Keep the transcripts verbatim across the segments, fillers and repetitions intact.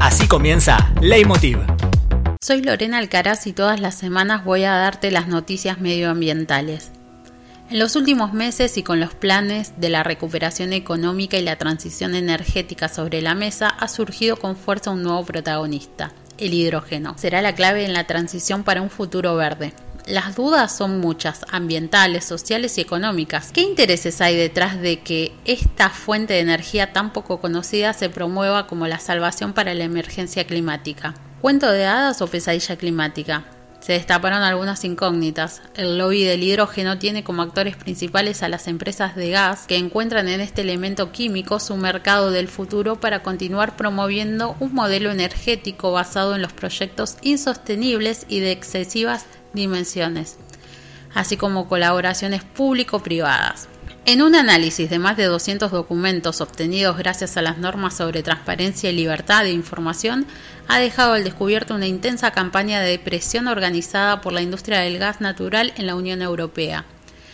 Así comienza Leitmotiv. Soy Lorena Alcaraz y todas las semanas voy a darte las noticias medioambientales. En los últimos meses y con los planes de la recuperación económica y la transición energética sobre la mesa, ha surgido con fuerza un nuevo protagonista, el hidrógeno. Será la clave en la transición para un futuro verde. Las dudas son muchas, ambientales, sociales y económicas. ¿Qué intereses hay detrás de que esta fuente de energía tan poco conocida se promueva como la salvación para la emergencia climática? ¿Cuento de hadas o pesadilla climática? Se destaparon algunas incógnitas. El lobby del hidrógeno tiene como actores principales a las empresas de gas que encuentran en este elemento químico su mercado del futuro para continuar promoviendo un modelo energético basado en los proyectos insostenibles y de excesivas dimensiones, así como colaboraciones público-privadas. En un análisis de más de doscientos documentos obtenidos gracias a las normas sobre transparencia y libertad de información, ha dejado al descubierto una intensa campaña de presión organizada por la industria del gas natural en la Unión Europea.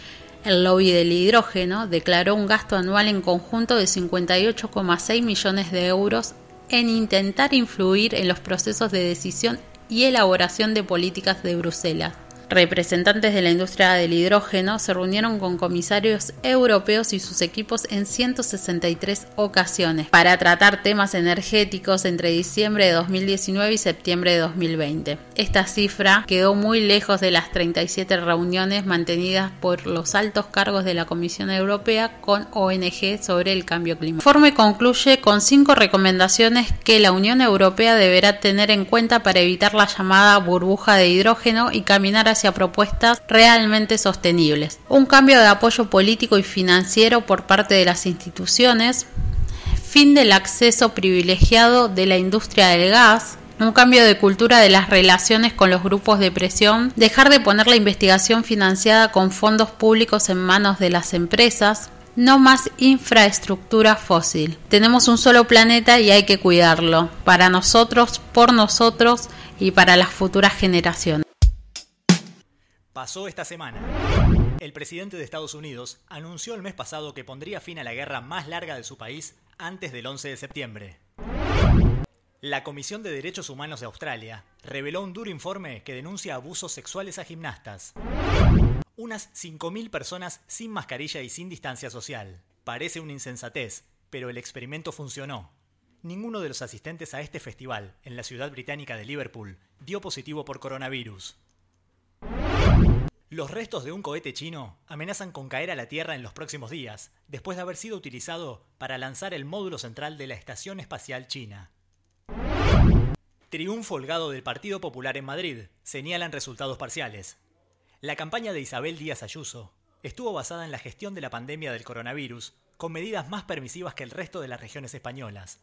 El lobby del hidrógeno declaró un gasto anual en conjunto de cincuenta y ocho coma seis millones de euros en intentar influir en los procesos de decisión y elaboración de políticas de Bruselas. Representantes de la industria del hidrógeno se reunieron con comisarios europeos y sus equipos en ciento sesenta y tres ocasiones para tratar temas energéticos entre diciembre de dos mil diecinueve y septiembre de dos mil veinte. Esta cifra quedó muy lejos de las treinta y siete reuniones mantenidas por los altos cargos de la Comisión Europea con O N G sobre el cambio climático. El informe concluye con cinco recomendaciones que la Unión Europea deberá tener en cuenta para evitar la llamada burbuja de hidrógeno y caminar hacia hacia propuestas realmente sostenibles. Un cambio de apoyo político y financiero por parte de las instituciones, fin del acceso privilegiado de la industria del gas, un cambio de cultura de las relaciones con los grupos de presión, dejar de poner la investigación financiada con fondos públicos en manos de las empresas, no más infraestructura fósil. Tenemos un solo planeta y hay que cuidarlo, para nosotros, por nosotros y para las futuras generaciones. Pasó esta semana. El presidente de Estados Unidos anunció el mes pasado que pondría fin a la guerra más larga de su país antes del once de septiembre. La Comisión de Derechos Humanos de Australia reveló un duro informe que denuncia abusos sexuales a gimnastas. Unas cinco mil personas sin mascarilla y sin distancia social. Parece una insensatez, pero el experimento funcionó. Ninguno de los asistentes a este festival en la ciudad británica de Liverpool dio positivo por coronavirus. Los restos de un cohete chino amenazan con caer a la Tierra en los próximos días, después de haber sido utilizado para lanzar el módulo central de la Estación Espacial China. Triunfo holgado del Partido Popular en Madrid, señalan resultados parciales. La campaña de Isabel Díaz Ayuso estuvo basada en la gestión de la pandemia del coronavirus, con medidas más permisivas que el resto de las regiones españolas.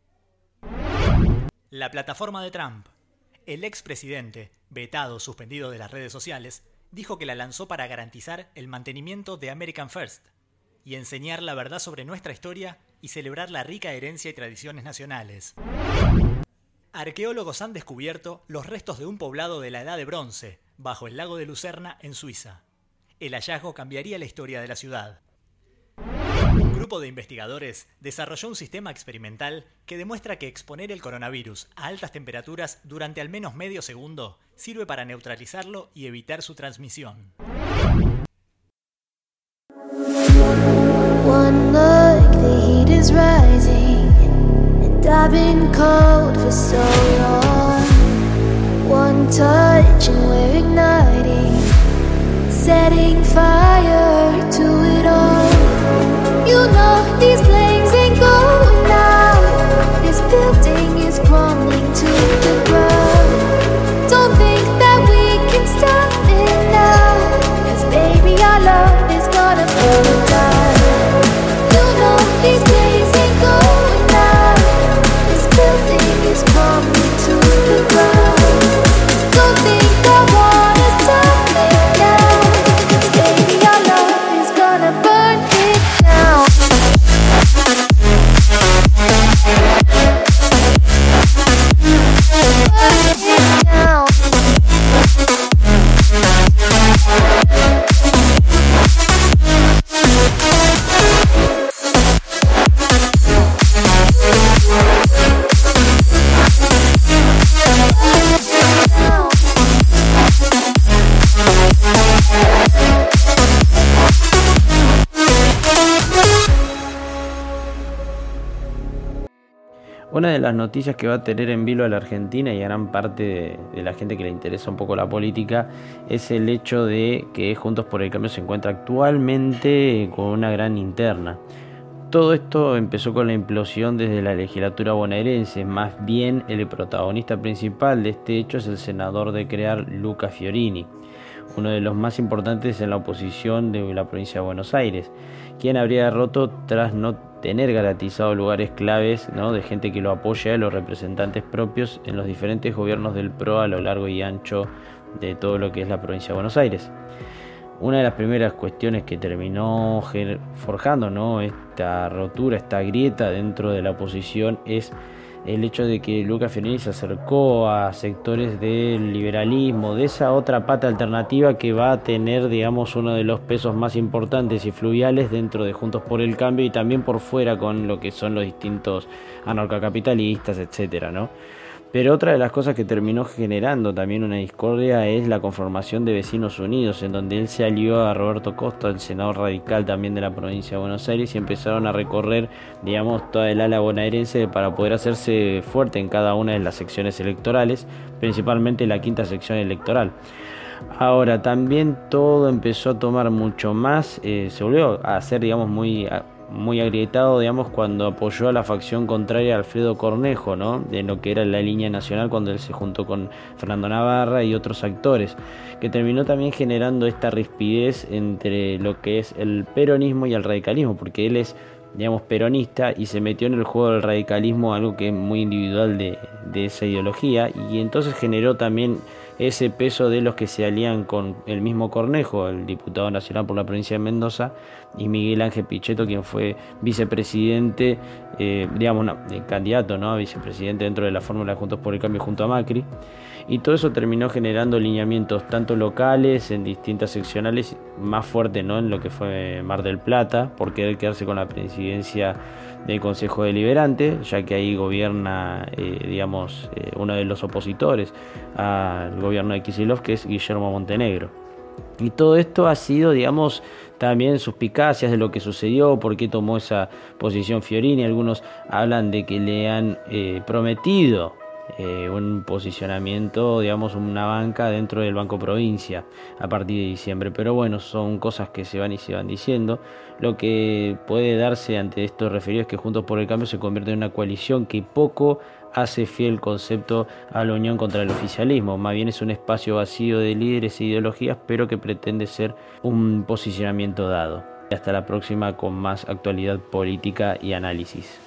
La plataforma de Trump. El expresidente, vetado, suspendido de las redes sociales, dijo que la lanzó para garantizar el mantenimiento de American First y enseñar la verdad sobre nuestra historia y celebrar la rica herencia y tradiciones nacionales. Arqueólogos han descubierto los restos de un poblado de la Edad de Bronce, bajo el lago de Lucerna, en Suiza. El hallazgo cambiaría la historia de la ciudad. Un grupo de investigadores desarrolló un sistema experimental que demuestra que exponer el coronavirus a altas temperaturas durante al menos medio segundo sirve para neutralizarlo y evitar su transmisión. One look, the heat is rising, and I've been cold for so long. One touch and we're igniting, setting fire to it all. You know these flames ain't going out. This building is crumbling to the ground. Don't think that we can stop it now, 'cause baby our love is gonna burn down. You know these flames ain't going out. This building is crumbling to the ground. Don't think I wanna stop it now, 'cause baby our love is gonna burn it down. Una de las noticias que va a tener en vilo a la Argentina y a gran parte de, de la gente que le interesa un poco la política es el hecho de que Juntos por el Cambio se encuentra actualmente con una gran interna. Todo esto empezó con la implosión desde la legislatura bonaerense, más bien el protagonista principal de este hecho es el senador de Crear, Luca Fiorini, uno de los más importantes en la oposición de la provincia de Buenos Aires, quien habría derrotado tras no tener garantizados lugares claves, ¿no?, de gente que lo apoya a los representantes propios en los diferentes gobiernos del P R O a lo largo y ancho de todo lo que es la provincia de Buenos Aires. Una de las primeras cuestiones que terminó forjando, ¿no?, esta rotura, esta grieta dentro de la oposición es el hecho de que Luca Fiorini se acercó a sectores del liberalismo, de esa otra pata alternativa que va a tener, digamos, uno de los pesos más importantes y fluviales dentro de Juntos por el Cambio y también por fuera con lo que son los distintos anarcocapitalistas, etcétera, ¿no? Pero otra de las cosas que terminó generando también una discordia es la conformación de Vecinos Unidos, en donde él se alió a Roberto Costa, el senador radical también de la provincia de Buenos Aires, y empezaron a recorrer, digamos, toda el ala bonaerense para poder hacerse fuerte en cada una de las secciones electorales, principalmente la quinta sección electoral. Ahora, también todo empezó a tomar mucho más, eh, se volvió a ser, digamos, muy... muy agrietado, digamos, cuando apoyó a la facción contraria a Alfredo Cornejo, ¿no?, de lo que era la línea nacional, cuando él se juntó con Fernando Navarra y otros actores, que terminó también generando esta rispidez entre lo que es el peronismo y el radicalismo, porque él es, digamos, peronista y se metió en el juego del radicalismo, algo que es muy individual de, de esa ideología, y entonces generó también ese peso de los que se alían con el mismo Cornejo, el diputado nacional por la provincia de Mendoza, y Miguel Ángel Pichetto, quien fue vicepresidente, eh, digamos, no, candidato, ¿no?, a vicepresidente dentro de la fórmula de Juntos por el Cambio junto a Macri. Y todo eso terminó generando lineamientos tanto locales, en distintas seccionales, más fuerte, ¿no?, en lo que fue Mar del Plata, por querer quedarse con la presidencia del Consejo Deliberante, ya que ahí gobierna, eh, digamos, eh, uno de los opositores al gobierno de Kicillof, que es Guillermo Montenegro. Y todo esto ha sido, digamos, también suspicacias de lo que sucedió, por qué tomó esa posición Fiorini. Algunos hablan de que le han eh, prometido eh, un posicionamiento, digamos, una banca dentro del Banco Provincia a partir de diciembre. Pero bueno, son cosas que se van y se van diciendo. Lo que puede darse ante estos referidos es que Juntos por el Cambio se convierte en una coalición que poco hace fiel concepto a la unión contra el oficialismo, más bien es un espacio vacío de líderes e ideologías, pero que pretende ser un posicionamiento dado. Hasta la próxima con más actualidad política y análisis.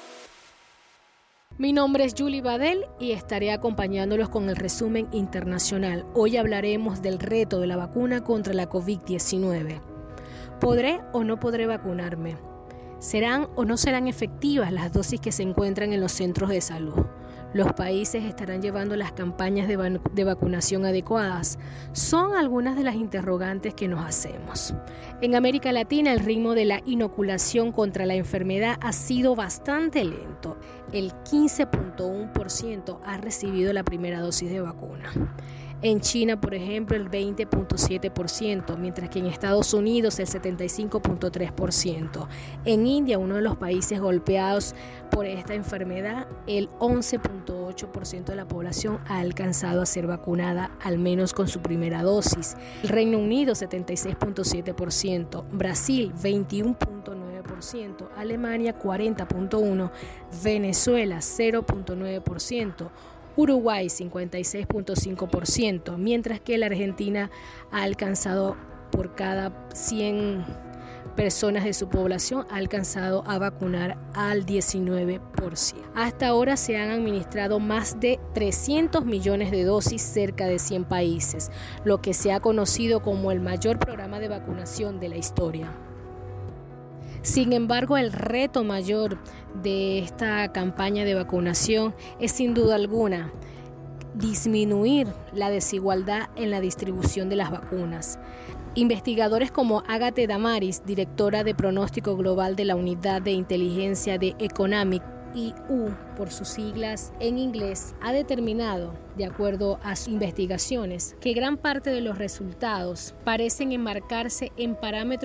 Mi nombre es Julie Badel y estaré acompañándolos con el resumen internacional. Hoy hablaremos del reto de la vacuna contra la covid diecinueve. ¿Podré o no podré vacunarme? ¿Serán o no serán efectivas las dosis que se encuentran en los centros de salud? ¿Los países estarán llevando las campañas de, van- de vacunación adecuadas? Son algunas de las interrogantes que nos hacemos. En América Latina, el ritmo de la inoculación contra la enfermedad ha sido bastante lento. El quince punto uno por ciento ha recibido la primera dosis de vacuna. En China, por ejemplo, el veinte punto siete por ciento, mientras que en Estados Unidos el setenta y cinco punto tres por ciento. En India, uno de los países golpeados por esta enfermedad, el once punto ocho por ciento de la población ha alcanzado a ser vacunada al menos con su primera dosis. El Reino Unido, setenta y seis punto siete por ciento. Brasil, veintiuno punto nueve por ciento. Alemania, cuarenta punto uno por ciento. Venezuela, cero punto nueve por ciento. Uruguay cincuenta y seis punto cinco por ciento, mientras que la Argentina ha alcanzado por cada cien personas de su población ha alcanzado a vacunar al diecinueve por ciento. Hasta ahora se han administrado más de trescientos millones de dosis cerca de cien países, lo que se ha conocido como el mayor programa de vacunación de la historia. Sin embargo, el reto mayor de esta campaña de vacunación es sin duda alguna disminuir la desigualdad en la distribución de las vacunas. Investigadores como Ágate Damaris, directora de pronóstico global de la Unidad de Inteligencia de Economic, I U por sus siglas en inglés, ha determinado, de acuerdo a sus investigaciones, que gran parte de los resultados parecen enmarcarse en parámetros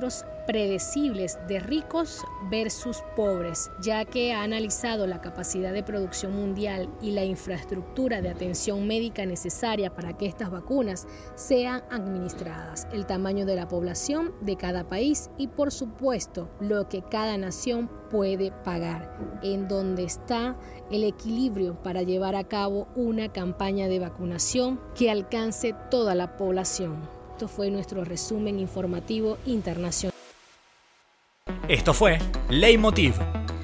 predecibles de ricos versus pobres, ya que ha analizado la capacidad de producción mundial y la infraestructura de atención médica necesaria para que estas vacunas sean administradas, el tamaño de la población de cada país y, por supuesto, lo que cada nación puede pagar, en donde está el equilibrio para llevar a cabo una campaña de vacunación que alcance toda la población. Esto fue nuestro resumen informativo internacional. Esto fue Leitmotiv,